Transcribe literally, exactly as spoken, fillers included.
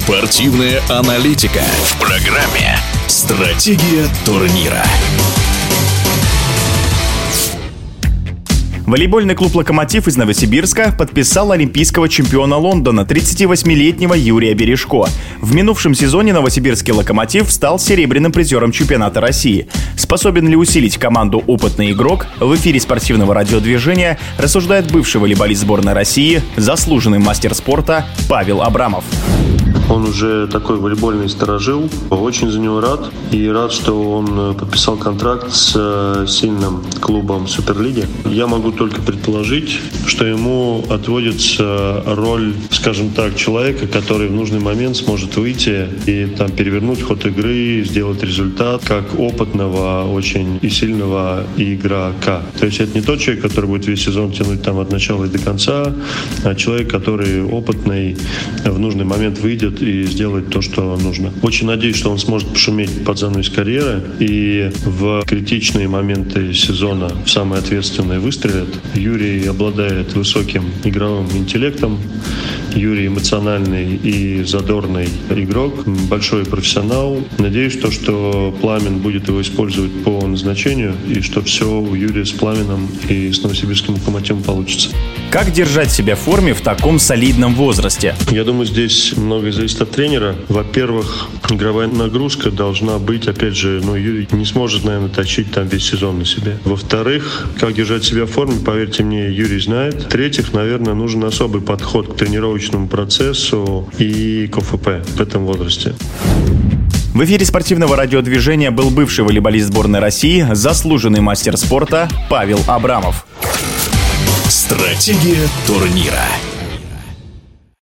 Спортивная аналитика в программе «Стратегия турнира». Волейбольный клуб «Локомотив» из Новосибирска подписал олимпийского чемпиона Лондона, тридцативосьмилетнего Юрия Бережко. В минувшем сезоне новосибирский «Локомотив» стал серебряным призером чемпионата России. Способен ли усилить команду опытный игрок? В эфире спортивного радиодвижения рассуждает бывший волейболист сборной России, заслуженный мастер спорта Павел Абрамов. Он уже такой волейбольный старожил. Очень за него рад. И рад, что он подписал контракт с сильным клубом Суперлиги. Я могу только предположить, что ему отводится роль, скажем так, человека, который в нужный момент сможет выйти и там перевернуть ход игры, сделать результат, как опытного, очень и сильного игрока. То есть это не тот человек, который будет весь сезон тянуть там от начала и до конца, а человек, который опытный, в нужный момент выйдет и сделать то, что нужно. Очень надеюсь, что он сможет пошуметь под занавес карьеры и в критичные моменты сезона, в самые ответственные, выстрелит. Юрий обладает высоким игровым интеллектом. Юрий эмоциональный и задорный игрок, большой профессионал. Надеюсь, то, что Пламен будет его использовать по назначению и что все у Юрия с Пламеном и с новосибирским «Локомотивом» получится. Как держать себя в форме в таком солидном возрасте? Я думаю, здесь многое зависит от тренера. Во-первых, игровая нагрузка должна быть, опять же, ну, Юрий не сможет, наверное, тащить там весь сезон на себе. Во-вторых, как держать себя в форме, поверьте мне, Юрий знает. В-третьих, наверное, нужен особый подход к тренировочному процессу и к ОФП в этом возрасте. В эфире спортивного радиодвижения был бывший волейболист сборной России, заслуженный мастер спорта Павел Абрамов. Стратегия турнира.